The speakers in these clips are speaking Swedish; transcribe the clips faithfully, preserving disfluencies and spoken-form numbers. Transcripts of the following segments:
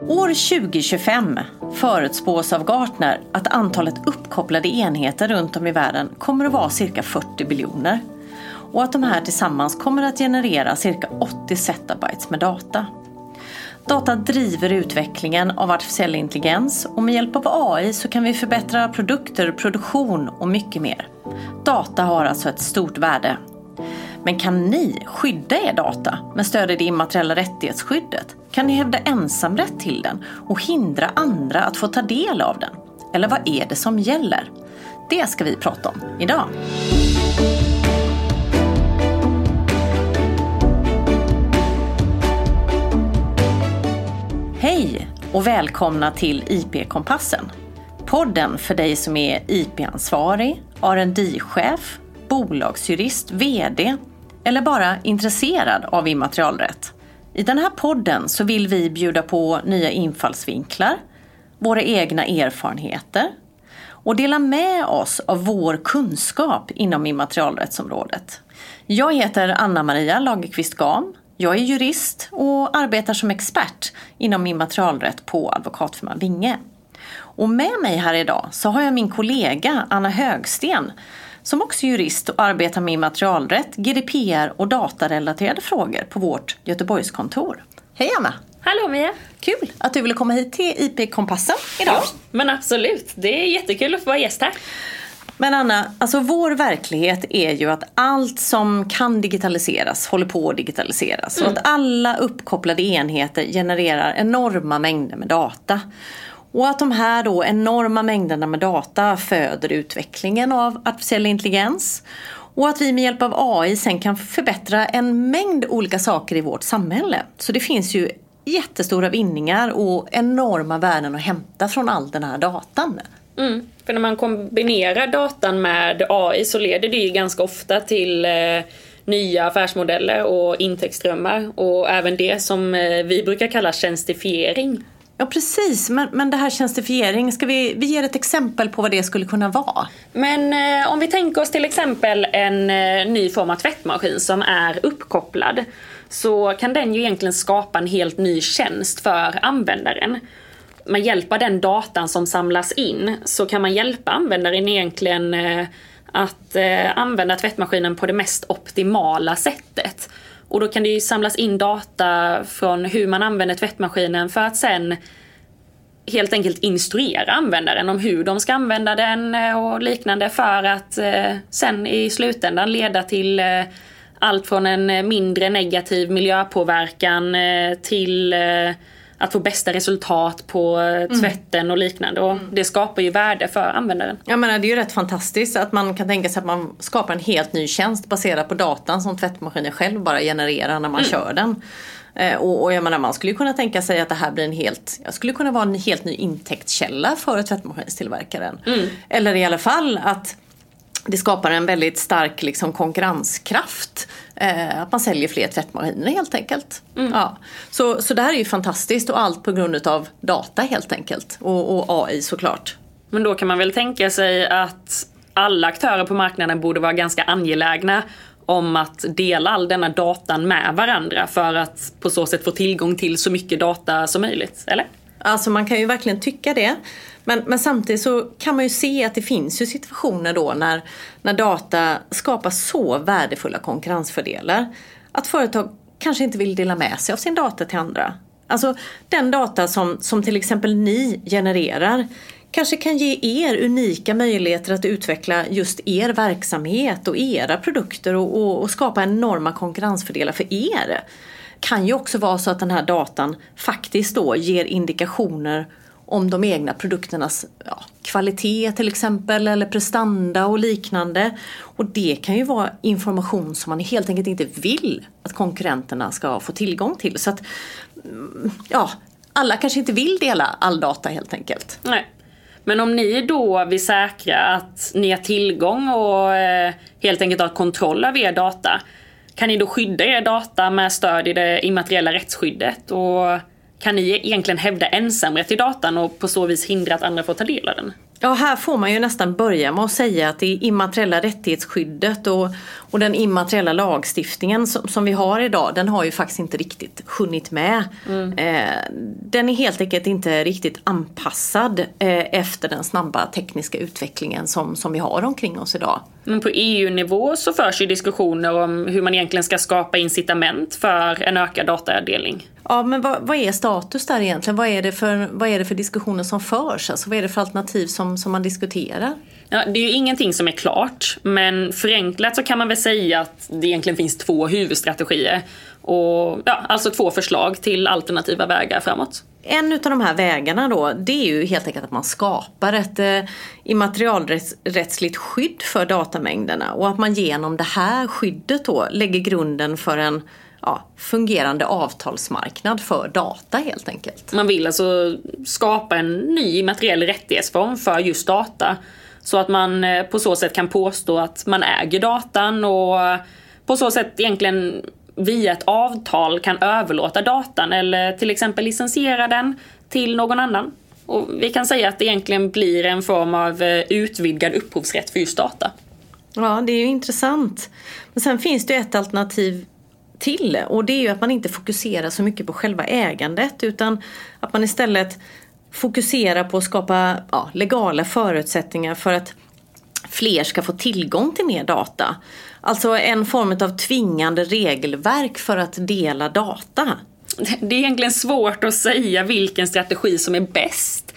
År tjugo tjugofem förutspås av Gartner att antalet uppkopplade enheter runt om i världen kommer att vara cirka fyrtio biljoner. Och att de här tillsammans kommer att generera cirka åttio zettabytes med data. Data driver utvecklingen av artificiell intelligens och med hjälp av A I så kan vi förbättra produkter, produktion och mycket mer. Data har alltså ett stort värde. Men kan ni skydda er data med stöd i det immateriella rättighetsskyddet? Kan ni hävda ensamrätt till den och hindra andra att få ta del av den? Eller vad är det som gäller? Det ska vi prata om idag. Hej och välkomna till I P-kompassen. Podden för dig som är I P-ansvarig, R and D-chef, bolagsjurist, vd eller bara intresserad av immaterialrätt. I den här podden så vill vi bjuda på nya infallsvinklar, våra egna erfarenheter och dela med oss av vår kunskap inom immaterialrättsområdet. Jag heter Anna-Maria Lagerqvist-Gam. Jag är jurist och arbetar som expert inom immaterialrätt på advokatfirman Vinge. Och med mig här idag så har jag min kollega Anna Högsten som också är jurist och arbetar med immaterialrätt, G D P R och datarelaterade frågor på vårt Göteborgskontor. Hej Anna! Hallå Mia! Kul att du ville komma hit till I P-kompassen idag. Ja, men absolut. Det är jättekul att få vara gäst här. Men Anna, alltså vår verklighet är ju att allt som kan digitaliseras håller på att digitaliseras. Mm. Och att alla uppkopplade enheter genererar enorma mängder med data. Och att de här då enorma mängderna med data föder utvecklingen av artificiell intelligens. Och att vi med hjälp av A I sen kan förbättra en mängd olika saker i vårt samhälle. Så det finns ju jättestora vinningar och enorma värden att hämta från all den här datan. Mm. För när man kombinerar datan med A I så leder det ju ganska ofta till eh, nya affärsmodeller och intäktsströmmar. Och även det som eh, vi brukar kalla tjänstifiering. Ja, precis. Men, men det här tjänstifiering, ska vi, vi ge ett exempel på vad det skulle kunna vara? Men eh, om vi tänker oss till exempel en eh, ny form av tvättmaskin som är uppkopplad, så kan den ju egentligen skapa en helt ny tjänst för användaren. Med hjälp av den datan som samlas in så kan man hjälpa användaren egentligen eh, att eh, använda tvättmaskinen på det mest optimala sättet. Och då kan det ju samlas in data från hur man använder tvättmaskinen för att sen helt enkelt instruera användaren om hur de ska använda den och liknande, för att eh, sen i slutändan leda till eh, allt från en mindre negativ miljöpåverkan eh, till eh, att få bästa resultat på tvätten mm. och liknande. Och det skapar ju värde för användaren. Jag menar, det är ju rätt fantastiskt att man kan tänka sig att man skapar en helt ny tjänst baserad på datan som tvättmaskinen själv bara genererar när man mm. kör den. Eh, och, och jag menar, man skulle kunna tänka sig att det här blir en helt, jag skulle kunna vara en helt ny intäktskälla för tvättmaskinstillverkaren. Mm. Eller i alla fall att det skapar en väldigt stark liksom, konkurrenskraft. Eh, att man säljer fler tvättmaskiner helt enkelt. Mm. Ja. Så, så det här är ju fantastiskt, och allt på grund av data helt enkelt. Och, och A I såklart. Men då kan man väl tänka sig att alla aktörer på marknaden borde vara ganska angelägna om att dela all denna datan med varandra för att på så sätt få tillgång till så mycket data som möjligt, eller? Alltså man kan ju verkligen tycka det. Men, men samtidigt så kan man ju se att det finns ju situationer då när, när data skapar så värdefulla konkurrensfördelar att företag kanske inte vill dela med sig av sin data till andra. Alltså den data som, som till exempel ni genererar kanske kan ge er unika möjligheter att utveckla just er verksamhet och era produkter och, och, och skapa enorma konkurrensfördelar för er. Kan ju också vara så att den här datan faktiskt då ger indikationer om de egna produkternas ja, kvalitet till exempel, eller prestanda och liknande. Och det kan ju vara information som man helt enkelt inte vill att konkurrenterna ska få tillgång till. Så att ja, alla kanske inte vill dela all data helt enkelt. Nej. Men om ni då vill säkra att ni har tillgång och eh, helt enkelt har kontroll av er data, kan ni då skydda er data med stöd i det immateriella rättsskyddet? Och kan ni egentligen hävda ensamrätt i datan och på så vis hindra att andra får ta del av den? Ja, här får man ju nästan börja med att säga att det immateriella rättighetsskyddet och, och den immateriella lagstiftningen som, som vi har idag, den har ju faktiskt inte riktigt hunnit med. Mm. Eh, den är helt enkelt inte riktigt anpassad eh, efter den snabba tekniska utvecklingen som, som vi har omkring oss idag. Men på E U-nivå så förs ju diskussioner om hur man egentligen ska skapa incitament för en ökad datadelning. Ja, men vad, vad är status där egentligen? Vad är det för, vad är det för diskussioner som förs? Alltså, vad är det för alternativ som, som man diskuterar? Ja, det är ju ingenting som är klart, men förenklat så kan man väl säga att det egentligen finns två huvudstrategier. Och, ja, alltså två förslag till alternativa vägar framåt. En av de här vägarna då, det är ju helt enkelt att man skapar ett eh, immaterialrättsligt skydd för datamängderna. Och att man genom det här skyddet då lägger grunden för en ja, fungerande avtalsmarknad för data helt enkelt. Man vill alltså skapa en ny immateriell rättighetsform för just data. Så att man på så sätt kan påstå att man äger datan och på så sätt egentligen via ett avtal kan överlåta datan eller till exempel licensiera den till någon annan. Och vi kan säga att det egentligen blir en form av utvidgad upphovsrätt för just data. Ja, det är ju intressant. Men sen finns det ett alternativ till, och det är ju att man inte fokuserar så mycket på själva ägandet utan att man istället fokuserar på att skapa ja, legala förutsättningar för att fler ska få tillgång till mer data. Alltså en form av tvingande regelverk för att dela data. Det är egentligen svårt att säga vilken strategi som är bäst.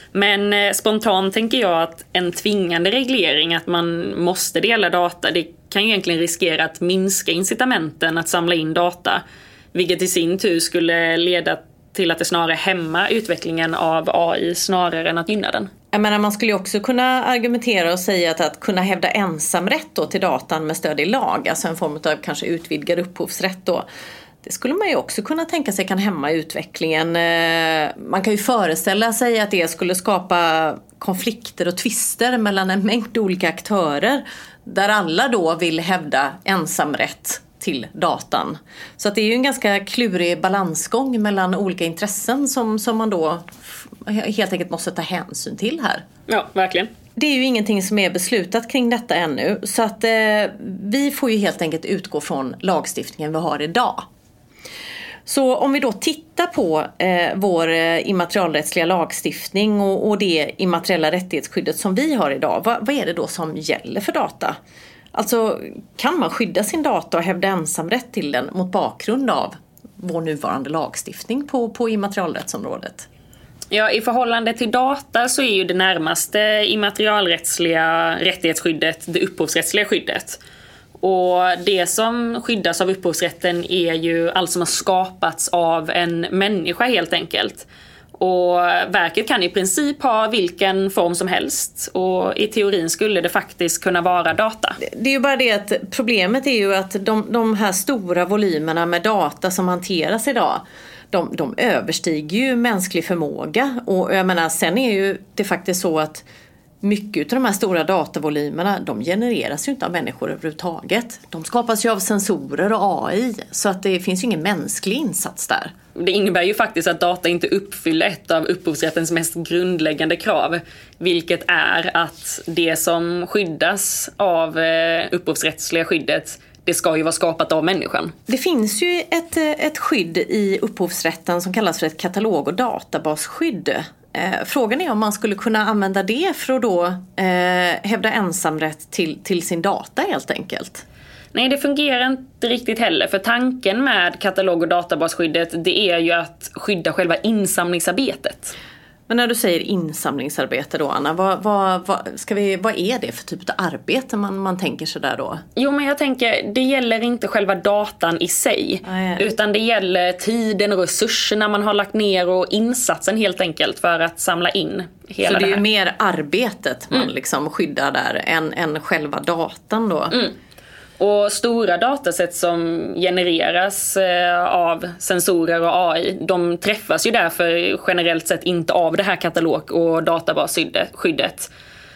Men spontant tänker jag att en tvingande reglering, att man måste dela data, det kan ju egentligen riskera att minska incitamenten att samla in data. Vilket i sin tur skulle leda till att det snarare hämmar utvecklingen av A I snarare än att gynna den. Jag menar, man skulle också kunna argumentera och säga att att kunna hävda ensamrätt då till datan med stöd i lag, alltså en form av kanske utvidgad upphovsrätt då. Det skulle man ju också kunna tänka sig kan hämma utvecklingen. Man kan ju föreställa sig att det skulle skapa konflikter och tvister mellan en mängd olika aktörer där alla då vill hävda ensamrätt till datan. Så att det är ju en ganska klurig balansgång mellan olika intressen som, som man då helt enkelt måste ta hänsyn till här. Ja, verkligen. Det är ju ingenting som är beslutat kring detta ännu, så att eh, vi får ju helt enkelt utgå från lagstiftningen vi har idag. Så om vi då tittar på eh, vår eh, immaterialrättsliga lagstiftning och, och det immateriella rättighetsskyddet som vi har idag, vad, vad är det då som gäller för data? Alltså, kan man skydda sin data och hävda ensamrätt till den mot bakgrund av vår nuvarande lagstiftning på, på immaterialrättsområdet? Ja, i förhållande till data så är ju det närmaste immaterialrättsliga rättighetsskyddet det upphovsrättsliga skyddet. Och det som skyddas av upphovsrätten är ju allt som har skapats av en människa helt enkelt. Och verket kan i princip ha vilken form som helst, och i teorin skulle det faktiskt kunna vara data. Det är ju bara det att problemet är ju att de, de här stora volymerna med data som hanteras idag, de, de överstiger ju mänsklig förmåga. Och jag menar, sen är ju det faktiskt så att mycket av de här stora datavolymerna, de genereras ju inte av människor överhuvudtaget. De skapas ju av sensorer och A I, så att det finns ju ingen mänsklig insats där. Det innebär ju faktiskt att data inte uppfyller ett av upphovsrättens mest grundläggande krav, vilket är att det som skyddas av upphovsrättsliga skyddet, det ska ju vara skapat av människan. Det finns ju ett, ett skydd i upphovsrätten som kallas för ett katalog- och databasskydd. Frågan är om man skulle kunna använda det för att då eh, hävda ensamrätt till, till sin data helt enkelt. Nej, det fungerar inte riktigt heller, för tanken med katalog- och databasskyddet, det är ju att skydda själva insamlingsarbetet. Men när du säger insamlingsarbete då, Anna, vad, vad, vad, ska vi, vad är det för typ av arbete man, man tänker sig där då? Jo, men jag tänker, det gäller inte själva datan i sig, Nej. utan det gäller tiden och resurserna man har lagt ner och insatsen helt enkelt för att samla in hela det här. Så det är ju mer arbetet man mm. liksom skyddar där än, än själva datan då? Mm. Och stora dataset som genereras av sensorer och A I, de träffas ju därför generellt sett inte av det här katalog- och databasskyddet.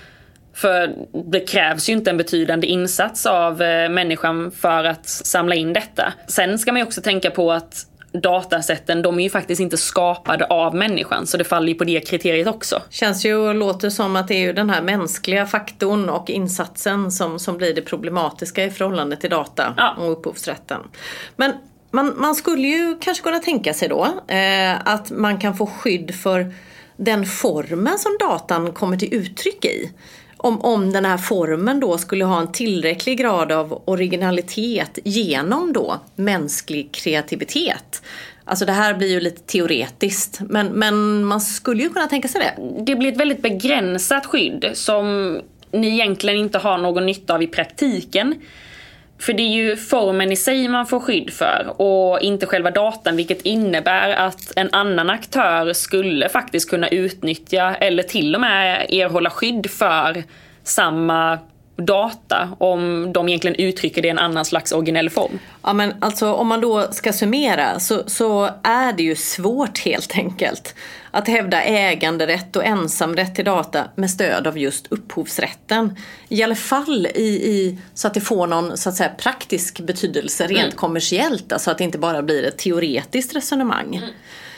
För det krävs ju inte en betydande insats av människan för att samla in detta. Sen ska man ju också tänka på att datasätten, de är ju faktiskt inte skapade av människan, så det faller ju på det kriteriet också. Känns ju och låter som att det är ju den här mänskliga faktorn och insatsen som, som blir det problematiska i förhållande till data ja. och upphovsrätten. Men man, man skulle ju kanske kunna tänka sig då eh, att man kan få skydd för den formen som datan kommer till uttryck i. Om, om den här formen då skulle ha en tillräcklig grad av originalitet genom då mänsklig kreativitet. Alltså det här blir ju lite teoretiskt, men, men man skulle ju kunna tänka sig det. Det blir ett väldigt begränsat skydd som ni egentligen inte har någon nytta av i praktiken. För det är ju formen i sig man får skydd för och inte själva datan, vilket innebär att en annan aktör skulle faktiskt kunna utnyttja eller till och med erhålla skydd för samma data om de egentligen uttrycker det i en annan slags originell form. Ja, men alltså om man då ska summera så, så är det ju svårt helt enkelt att hävda äganderätt och ensamrätt till data med stöd av just upphovsrätten. I alla fall i, i, så att det får någon så att säga, praktisk betydelse rent mm. kommersiellt, alltså att det inte bara blir ett teoretiskt resonemang. Mm.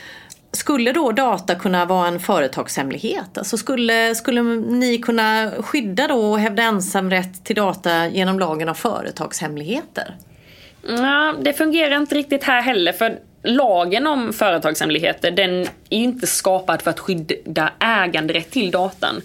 Skulle då data kunna vara en företagshemlighet? Alltså skulle, skulle ni kunna skydda då och hävda ensamrätt till data genom lagen om företagshemligheter? Ja, det fungerar inte riktigt här heller, för lagen om företagshemligheter, den är ju inte skapad för att skydda äganderätt till datan.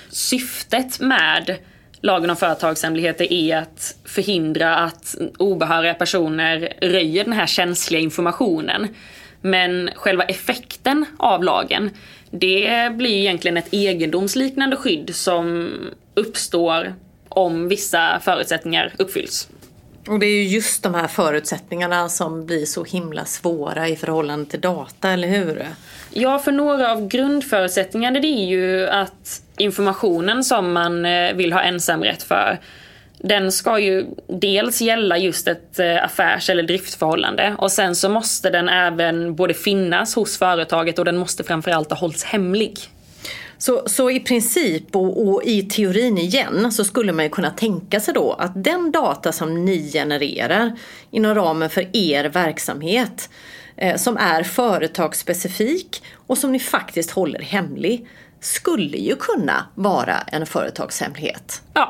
Syftet med lagen om företagshemligheter är att förhindra att obehöriga personer röjer den här känsliga informationen. Men själva effekten av lagen, det blir egentligen ett egendomsliknande skydd som uppstår om vissa förutsättningar uppfylls. Och det är ju just de här förutsättningarna som blir så himla svåra i förhållande till data, eller hur? Ja, för några av grundförutsättningarna det är ju att informationen som man vill ha ensamrätt för, den ska ju dels gälla just ett affärs- eller driftförhållande, och sen så måste den även både finnas hos företaget och den måste framförallt ha hållits hemlig. Så, så i princip och, och i teorin igen så skulle man ju kunna tänka sig då att den data som ni genererar inom ramen för er verksamhet eh, som är företagsspecifik och som ni faktiskt håller hemlig skulle ju kunna vara en företagshemlighet. Ja.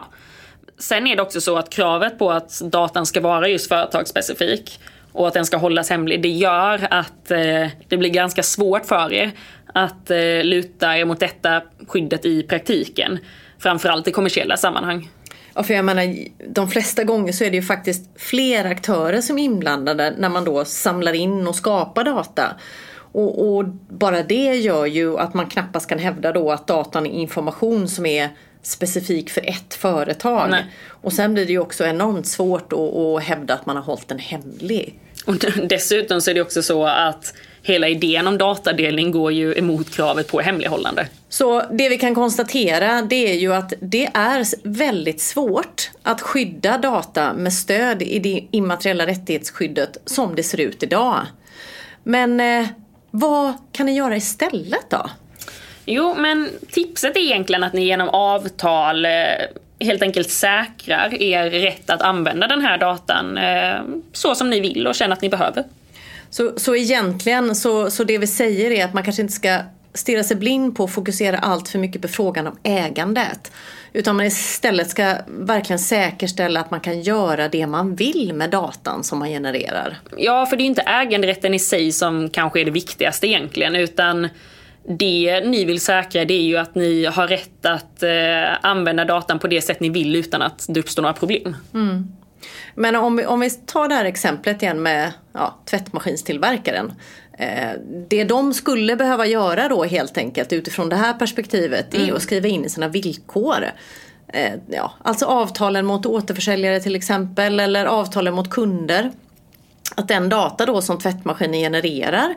Sen är det också så att kravet på att datan ska vara just företagsspecifik och att den ska hållas hemlig, det gör att eh, det blir ganska svårt för er att eh, luta er mot detta skyddet i praktiken, framförallt i kommersiella sammanhang. Ja, för jag menar, de flesta gånger så är det ju faktiskt fler aktörer som är inblandade när man då samlar in och skapar data. Och, och bara det gör ju att man knappast kan hävda då att datan är information som är specifik för ett företag. Nej. Och sen blir det ju också enormt svårt att, att hävda att man har hållit den hemlig. Och dessutom så är det också så att hela idén om datadelning går ju emot kravet på hemlighållande. Så det vi kan konstatera, det är ju att det är väldigt svårt att skydda data med stöd i det immateriella rättighetsskyddet som det ser ut idag. Men eh, vad kan ni göra istället då? Jo, men tipset är egentligen att ni genom avtal eh, helt enkelt säkrar er rätt att använda den här datan eh, så som ni vill och känner att ni behöver. Så, så egentligen så, så det vi säger är att man kanske inte ska stirra sig blind på och fokusera allt för mycket på frågan om ägandet. Utan man istället ska verkligen säkerställa att man kan göra det man vill med datan som man genererar. Ja, för det är inte äganderätten i sig som kanske är det viktigaste egentligen, utan det ni vill säkra, det är ju att ni har rätt att eh, använda datan på det sätt ni vill utan att det uppstår några problem. Mm. Men om vi, om vi tar det här exemplet igen med ja, tvättmaskinstillverkaren. Eh, det de skulle behöva göra då helt enkelt utifrån det här perspektivet är mm. att skriva in i sina villkor. Eh, ja, alltså avtalen mot återförsäljare till exempel, eller avtalen mot kunder. Att den data då som tvättmaskinen genererar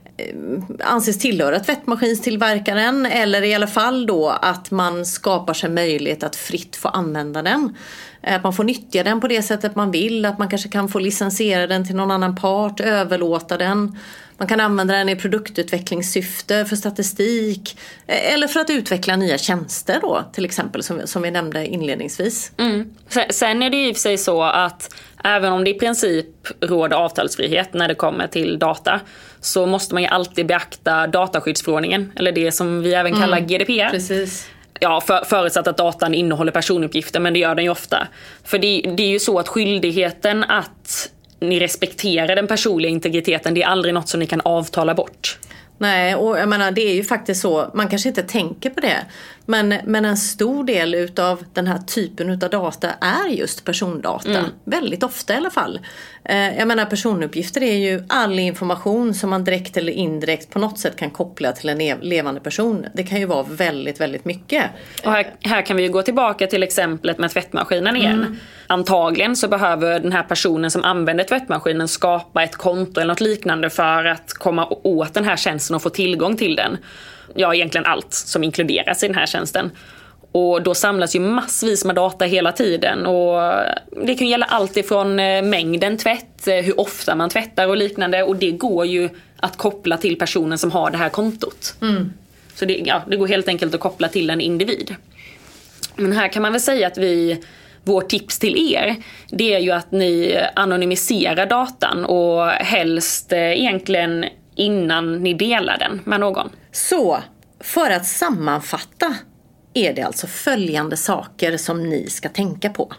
anses tillhöra tvättmaskinstillverkaren, eller i alla fall då att man skapar sig möjlighet att fritt få använda den. Att man får nyttja den på det sättet man vill, att man kanske kan få licensiera den till någon annan part, överlåta den Man kan använda den i produktutvecklingssyfte, för statistik eller för att utveckla nya tjänster då, till exempel, som, som vi nämnde inledningsvis. Mm. Sen är det ju i sig så att även om det i princip råder avtalsfrihet när det kommer till data, så måste man ju alltid beakta dataskyddsförordningen, eller det som vi även kallar mm. G D P R. Precis. Ja, för, förutsatt att datan innehåller personuppgifter, men det gör den ju ofta. För det, det är ju så att skyldigheten att ni respekterar den personliga integriteten, det är aldrig något som ni kan avtala bort. Nej, och jag menar, det är ju faktiskt så, man kanske inte tänker på det, men, men en stor del utav den här typen utav data är just persondata. Mm. Väldigt ofta i alla fall. Eh, jag menar, personuppgifter är ju all information som man direkt eller indirekt på något sätt kan koppla till en levande person. Det kan ju vara väldigt, väldigt mycket. Och här, här kan vi ju gå tillbaka till exemplet med tvättmaskinen igen. Mm. Antagligen så behöver den här personen som använder tvättmaskinen skapa ett konto eller något liknande för att komma åt den här tjänsten och få tillgång till den. Ja, egentligen allt som inkluderas i den här tjänsten. Och då samlas ju massvis med data hela tiden. Och det kan gälla allt ifrån mängden tvätt, hur ofta man tvättar och liknande. Och det går ju att koppla till personen som har det här kontot. Mm. Så det, ja, det går helt enkelt att koppla till en individ. Men här kan man väl säga att vi... Vårt tips till er, det är ju att ni anonymiserar datan och helst egentligen innan ni delar den med någon. Så, för att sammanfatta är det alltså följande saker som ni ska tänka på.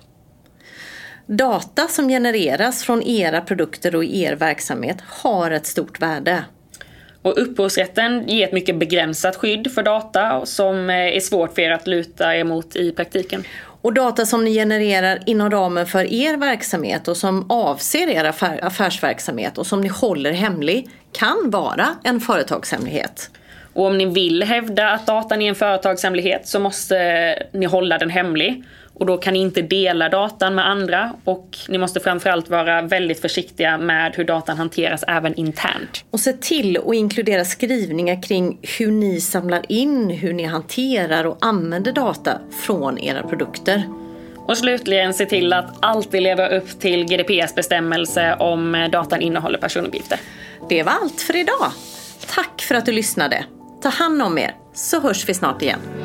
Data som genereras från era produkter och er verksamhet har ett stort värde. Och upphovsrätten ger ett mycket begränsat skydd för data som är svårt för er att luta emot i praktiken. Och data som ni genererar inom ramen för er verksamhet och som avser er affär, affärsverksamhet och som ni håller hemlig kan vara en företagshemlighet. Och om ni vill hävda att datan är en företagshemlighet så måste ni hålla den hemlig. Och då kan ni inte dela datan med andra och ni måste framförallt vara väldigt försiktiga med hur datan hanteras även internt. Och se till att inkludera skrivningar kring hur ni samlar in, hur ni hanterar och använder data från era produkter. Och slutligen se till att alltid leva upp till G D P R:s bestämmelse om datan innehåller personuppgifter. Det var allt för idag. Tack för att du lyssnade. Ta hand om er så hörs vi snart igen.